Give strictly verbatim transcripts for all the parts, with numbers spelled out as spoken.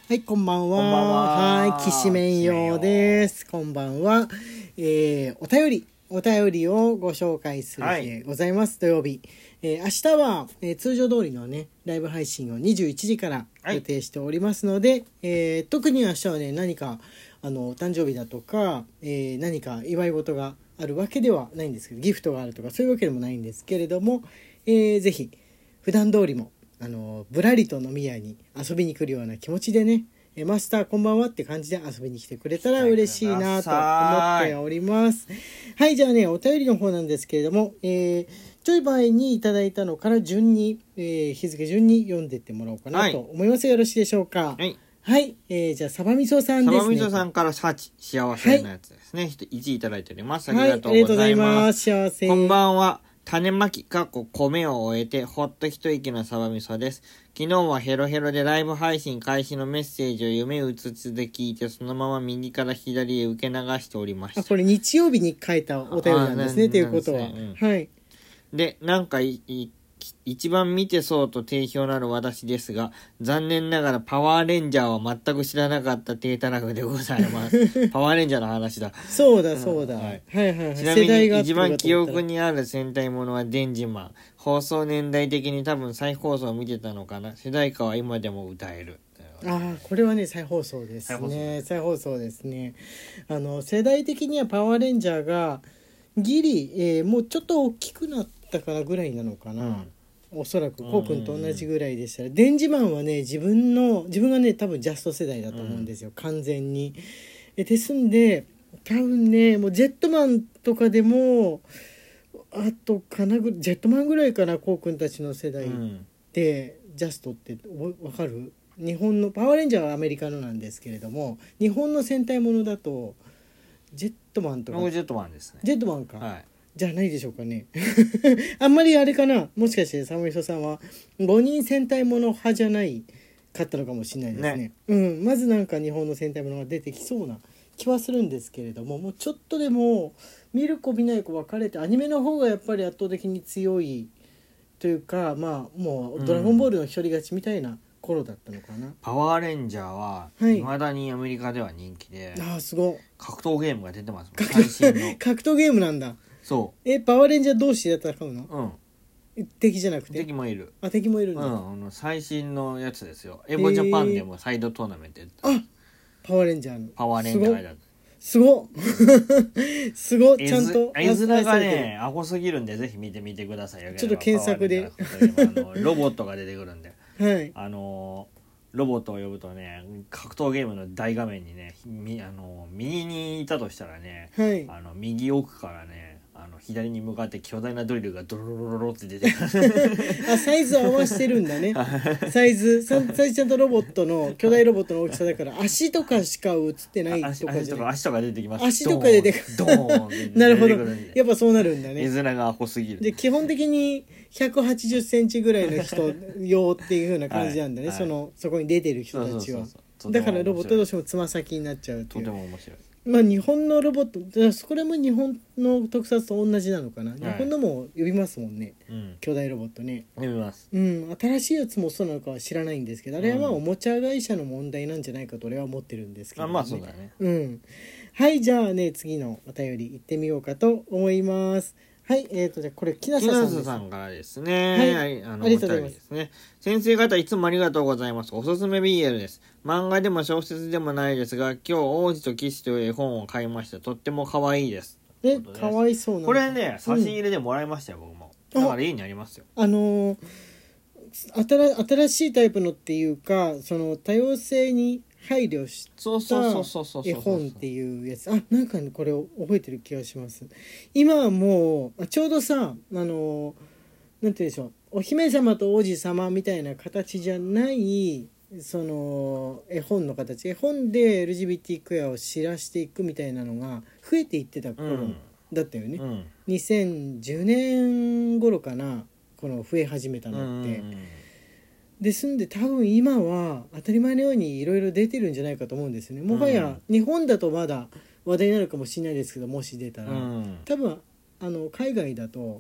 はい、こんばんは。 こんばんは。 はい、きしめんようです。こんばんは。えー、お便り、お便りをご紹介する日でございます。はい、土曜日。えー、明日は、えー、通常通りのね、ライブ配信をにじゅういちじから予定しておりますので、はい、えー、特に明日はね、何か、あの、お誕生日だとか、えー、何か祝い事があるわけではないんですけど、ギフトがあるとか、そういうわけでもないんですけれども、えー、ぜひ、普段通りも、あのぶらりと飲み屋に遊びに来るような気持ちでね、えマスターこんばんはって感じで遊びに来てくれたら嬉しいなと思っております。はい、じゃあね、お便りの方なんですけれども、えー、ちょい前にいただいたのから順に、えー、日付順に読んでってもらおうかなと思います。はい、よろしいでしょうか。はい、はい、えー、じゃあサバみそさんですね。 サバみそさんから幸せのやつですね、はい、いちいただいております。ありがとうございます。 はい、ありがとうございます。幸せ。 こんばんは。種まきかっこ米を終えてほっと一息のサバ味噌です。昨日はヘロヘロでライブ配信開始のメッセージを夢うつつで聞いて、そのまま右から左へ受け流しておりました。 あ、これ日曜日に書いたお便りなんですね。ということは、うん、はい。 で、なんかいい一番見てそうと定評のある私ですが、残念ながらパワーレンジャーは全く知らなかった低たらくでございますパワーレンジャーの話だ。 そうだそうだ、うん、はい、はいはいはい。 ちなみに一番記憶にある戦隊ものはデンジマン。放送年代的に多分再放送を見てたのかな。主題歌は今でも歌える。 ああ、これはね再放送ですね。再放送ですね。あの世代的にはパワーレンジャーがギリ、えー、もうちょっと大きくなったからぐらいなのかな、うん、おそらくコウ君と同じぐらいでしたら、デンジマンはね自分の自分がね多分ジャスト世代だと思うんですよ、うん、完全に。えですんで多分ねもうジェットマンとかでもあとかなぐジェットマンぐらいかな、コウ君たちの世代で、うん、ジャストってわかる？日本のパワーレンジャーはアメリカのなんですけれども、日本の戦隊ものだとジェットマンとか。 ジェットマンですね。 ジェットマンか、 はい、 じゃないでしょうかねあんまりあれかな、もしかしてサムイソさんはごにん戦隊もの派じゃないかったのかもしれないですね。ね、うん、まずなんか日本の戦隊ものが出てきそうな気はするんですけれども、もうちょっとでも見る子見ない子分かれて、アニメの方がやっぱり圧倒的に強いというか、まあもうドラゴンボールの一人勝ちみたいな頃だったのかな、うん、 パワーレンジャーは未だにアメリカでは人気で、 はい、あすごい格闘ゲームが出てますもん、最新の格闘ゲームなんだ。 そう。 えパワーレンジャー同士で戦うの？うん。敵じゃなくて？ 敵もいる。 あ、敵もいるんだ。うん、 あの最新のやつですよ。エボジャパンでもサイドトーナメントやった。 あ、パワーレンジャーの。 パワーレンジャーだ。 すごっ。すごっ。ちゃんと。 絵面がね、アホすぎるんでぜひ見てみてくださいよ。 ちょっと検索で。 あのロボットが出てくるんで。 はい。 あのロボットを呼ぶとね、格闘ゲームの大画面にね、みあの右にいたとしたらね、 はい、 あの右奥からね、あの左に向かって巨大なドリルがドロロロロって出てくるあ、サイズ合わせてるんだねサイズサイズちゃんとロボットの巨大ロボットの大きさだから足とかしか映ってないとかじゃない。 足とか足とか出てきます。 足とか出てくるドーンなるほど、やっぱそうなるんだね。 絵面がアホすぎる。 で基本的にひゃくはちじゅっセンチぐらいの人用っていう風な感じなんだね、はい、そのそこに出てる人たちは。そうそうそうそう、だからロボットどうしてもつま先になっちゃうっていう。 とても面白い。 まあ日本のロボット、これも日本の特撮と同じなのかな、はい、日本のも呼びますもんね、うん、巨大ロボットね呼びます、 うん、新しいやつもそうなのかは知らないんですけど、あれはまあおもちゃ会社の問題なんじゃないかと俺は思ってるんですけど、ね、 あまあそうだね、 うん、はい、じゃあね次のお便り行ってみようかと思います。はい、えーと、じゃあこれ木梨さんです。木梨さんからですね。はい、あの、ありがとうございます。ね、先生方いつもありがとうございます。おすすめ ビーエル です。漫画でも小説でもないですが、今日王子と騎士という絵本を買いました。とっても可愛いです。 え、かわいそうな。 これね、差し入れでもらいましたよ、うん、僕も。だから家にありますよ。 あのー、新、新しいタイプのっていうか、その多様性に配慮した絵本っていうやつ、あ、なんかねこれ覚えてる気がします。今はもうちょうどさ、あのなんて言うんでしょう、お姫様と王子様みたいな形じゃないその絵本の形、絵本で エルジービーティー クエアを知らしていくみたいなのが増えていってた頃だったよね、うん、にせんじゅうねん頃かな、この増え始めたのって、うんうん、ですんで多分今は当たり前のようにいろいろ出てるんじゃないかと思うんですよね。もはや日本だとまだ話題になるかもしれないですけど、もし出たら、うん、多分あの海外だと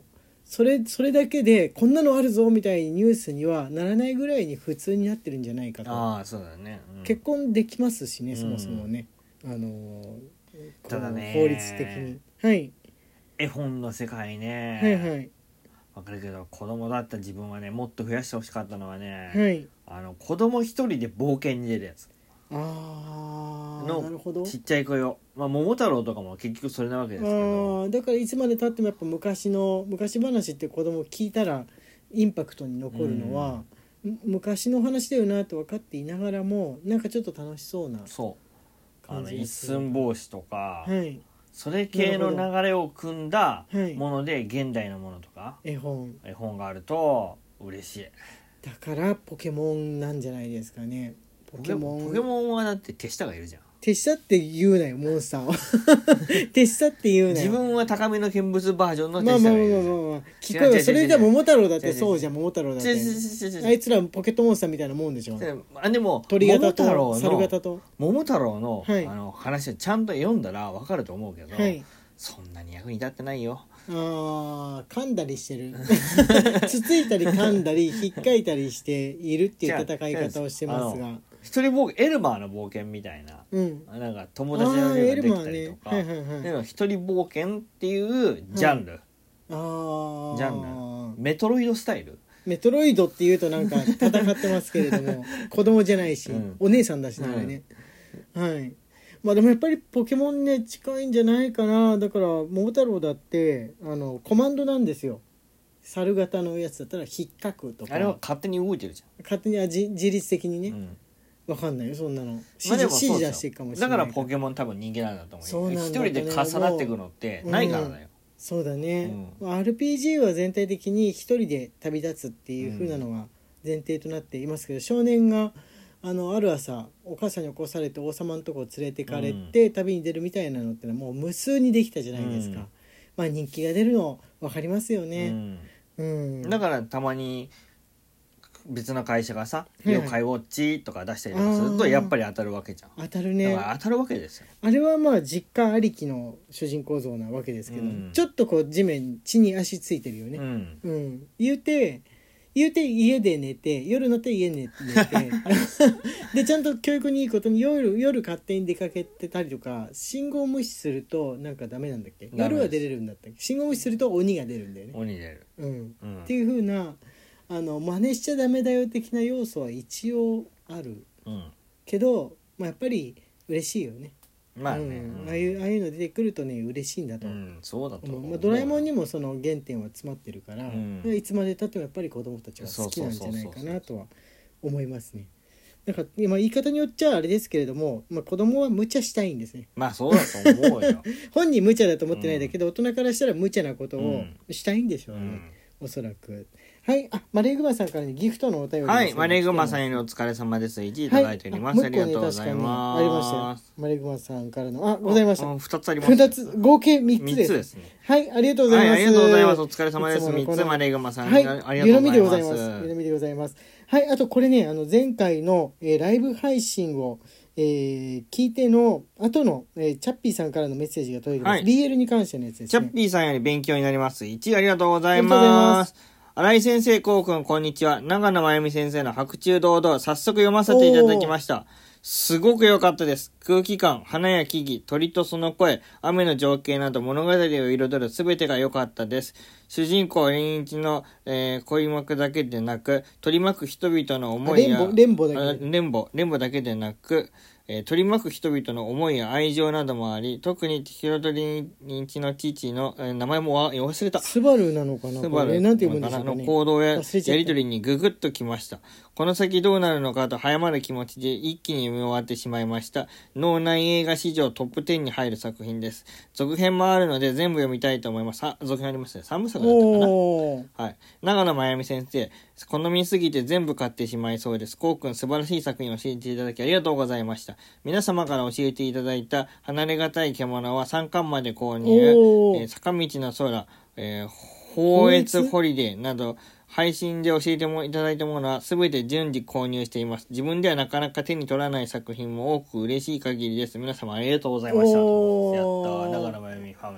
それそれだけでこんなのあるぞみたいにニュースにはならないぐらいに普通になってるんじゃないかと。 ああそうだね、うん、 結婚できますしね、 うん、 そもそもね、あのー、 ただね法律的に、はい、 絵本の世界ね、 はいはいわかるけど子供だった自分はねもっと増やしてほしかったのはね、 はい、 あの子供一人で冒険に出るやつああのなるほど。 ちっちゃい子よ、まあ、桃太郎とかも結局それなわけですけど、 あだからいつまで経ってもやっぱ昔の昔話って子供聞いたらインパクトに残るのは、うん、昔の話だよなと分かっていながらもなんかちょっと楽しそうなそうあの感じ一寸法師とか、 はい、 それ系の流れを組んだはいもので現代のものとか絵本絵本があると嬉しい。 だからポケモンなんじゃないですかね。ポケモンポケモンはだって手下がいるじゃん。 手下って言うなよモンスターを手下って言うなよ。 自分は高めの見物バージョンの手まあまあまあ下がいる。 まあまあまあ聞こえよ。それじゃ桃太郎だってそうじゃん。桃太郎だってあいつらポケットモンスターみたいなもんでしょ。 あでも鳥型桃太郎と猿型と桃太郎の、 はい、 あの話をちゃんと読んだら分かると思うけど、 はい、 そんなに役に立ってないよ。 あ噛んだりしてるつついたり噛んだり引っかいたりしているっていう戦い方をしてますが、 一人冒険エルマーの冒険みたいな、 うん、 なんか友達の家ができたりとか、 ねはいはいはい、 一人冒険っていうジャンル、はい、 あジャンルメトロイドスタイルメトロイドっていうとなんか戦ってますけれども子供じゃないし、うん、お姉さんだしね、あれね、うん、はいまあでもやっぱりポケモンね近いんじゃないかな。だから桃太郎だってあのコマンドなんですよ。猿型のやつだったら引っかくとか。 あれは勝手に動いてるじゃん。 勝手にあじ自律的にね、うん、わかんないよそんなの指示、まあ、指示出していくかもしれない。 だからポケモン多分人気なんだと思うよ。 そうなんだ、ね、 一人で重なっていくのってないからだよ、うん、 そうだね、うん、アールピージー は全体的に一人で旅立つっていう風なのは前提となっていますけど、少年があのある朝お母さんに起こされて王様のとこを連れてかれて、うん、旅に出るみたいなのってのはもう無数にできたじゃないですか、うん、まあ人気が出るの分かりますよね、うんうん、 だからたまに別の会社がさ「妖怪ウォッチ」とか出したりとかするとやっぱり当たるわけじゃん。 当たるね。 だから当たるわけですよ。 あれはまあ実家ありきの主人公像なわけですけど、うん、ちょっとこう地面地に足ついてるよね、うんうん、言うて言うて家で寝て夜になって家で寝てでちゃんと教育にいいことに夜夜勝手に出かけてたりとか、信号無視するとなんかダメなんだっけ。夜は出れるんだったっけ。信号無視すると鬼が出るんだよね。 鬼出る、 うんうん、っていう風なあの真似しちゃダメだよ的な要素は一応ある、うん、けど、まあ、やっぱり嬉しいよね。まあね、うん、ああいうああいうの出てくるとね嬉しいんだと、うん、 そうだと思う、 まあ、ドラえもんにもその原点は詰まってるから、うん、いつまでたってもやっぱり子供たちは好きなんじゃないかなとは思いますね。なんか今言い方によっちゃあれですけれども、まあ、子供は無茶したいんですね。 まあそうだと思うよ本人無茶だと思ってないんだけど、うん、大人からしたら無茶なことをしたいんでしょうね、うん、おそらく。はい、あ、マレーグマさんから、ね、ギフトのお便りです、ね、 はい、マレーグマさんよりお疲れ様です。いちいただいております、はい、あ, ありがとうございます。 ありましたよ。マレーグマさんからのあございました。 ふたつあります。 ふたつ合計みっつです。みっつですね。はい、ありがとうございます。はい、ありがとうございます。 お疲れ様です。みっつマレーグマさん、 はい、 ありがとうございます。ゆるみでございます。 ゆるみでございます。はい、あとこれね、あの前回の、えー、ライブ配信を、えー、聞いての後の、えー、チャッピーさんからのメッセージが届いてます、はい、ビーエル に関してのやつですね。 チャッピーさんより勉強になります。いちありがとうございます。新井先生、こうくん、こんにちは。長野真由美先生の白昼堂々、早速読ませていただきました。すごく良かったです。空気感、花や木々、鳥とその声、雨の情景など物語を彩るすべてが良かったです。主人公連一の、えー、恋幕だけでなく、取り巻く人々の思いや、 連母だけ連母、連母だけでなく、えー、取り巻く人々の思いや愛情などもあり、特に彩り一の父の、えー、名前も忘れた。 スバルなのかな。 スバルなんて読むんでしょうかね。 の行動ややりとりにググッときました。この先どうなるのかと早まる気持ちで一気に読み終わってしまいました。脳内映画史上トップじゅうに入る作品です。続編もあるので全部読みたいと思います。あ、続編ありますね。さんぶさくだったかな。はい。長野真由美先生、好みすぎて全部買ってしまいそうです。こうくん素晴らしい作品を教えていただきありがとうございました。皆様から教えていただいた離れがたい獣はさんかんまで購入、えー、坂道の空、えー、放越ホリデーなど配信で教えてもいただいたものは全て順次購入しています。自分ではなかなか手に取らない作品も多く嬉しい限りです。皆様ありがとうございました。やったー。長野真由美ファン一人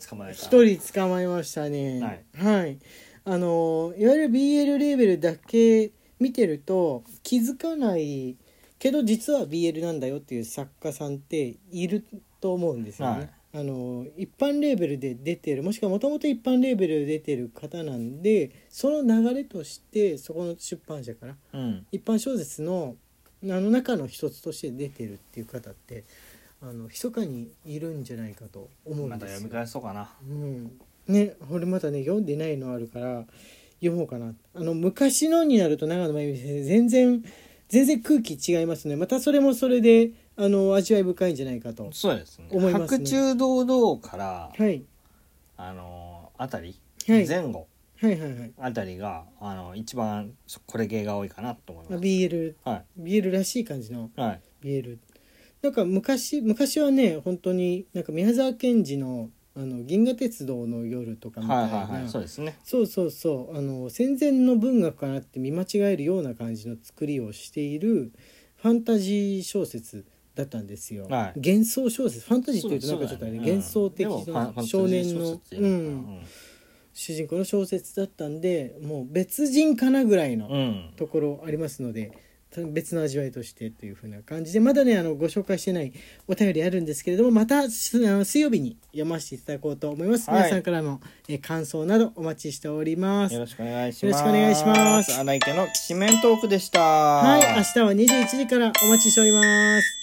捕まえた。 一人捕まえましたね。はい、はい、あのいわゆる ビーエル レーベルだけ見てると気づかないけど実は ビーエル なんだよっていう作家さんっていると思うんですよね、はい、あの一般レーベルで出てる、もしくはもともと一般レーベルで出てる方なんで、その流れとしてそこの出版社から、うん、一般小説のあの中の一つとして出てるっていう方ってあの密かにいるんじゃないかと思うんですよ。 また読み返そうかな。 うんね、俺またね読んでないのあるから読もうかな。あの昔のになると長野真由美先生全然全然空気違いますね。またそれもそれであの味わい深いんじゃないかと思いますね。 そうですね。白昼堂々から、 はい、 あのあたり、 はい、 前後はいはいはい、 あたりがあの一番これ系が多いかなと思います。 ビーエル、はい、ビーエル らしい感じの ビーエル、はい、なんか昔昔はね本当になんか宮沢賢治のあの銀河鉄道の夜とかみたいな、はいはいはい、そうですね、そうそうそう、あの戦前の文学かなって見間違えるような感じの作りをしているファンタジー小説だったんですよ、はい、幻想小説、ファンタジーっていうとなんかちょっとあれ、ね、幻想的な少年の、うんうん、主人公の小説だったんで、もう別人かなぐらいのところありますので、うん、別の味わいとしてという風な感じで、まだねあのご紹介してないお便りあるんですけれども、またあの水曜日に読ませていただこうと思います、はい、皆さんからのえ感想などお待ちしております。 よろしくお願いします。 よろしくお願いします。 荒井家のきしめんトークでした。 はい、明日はにじゅういちじからお待ちしております。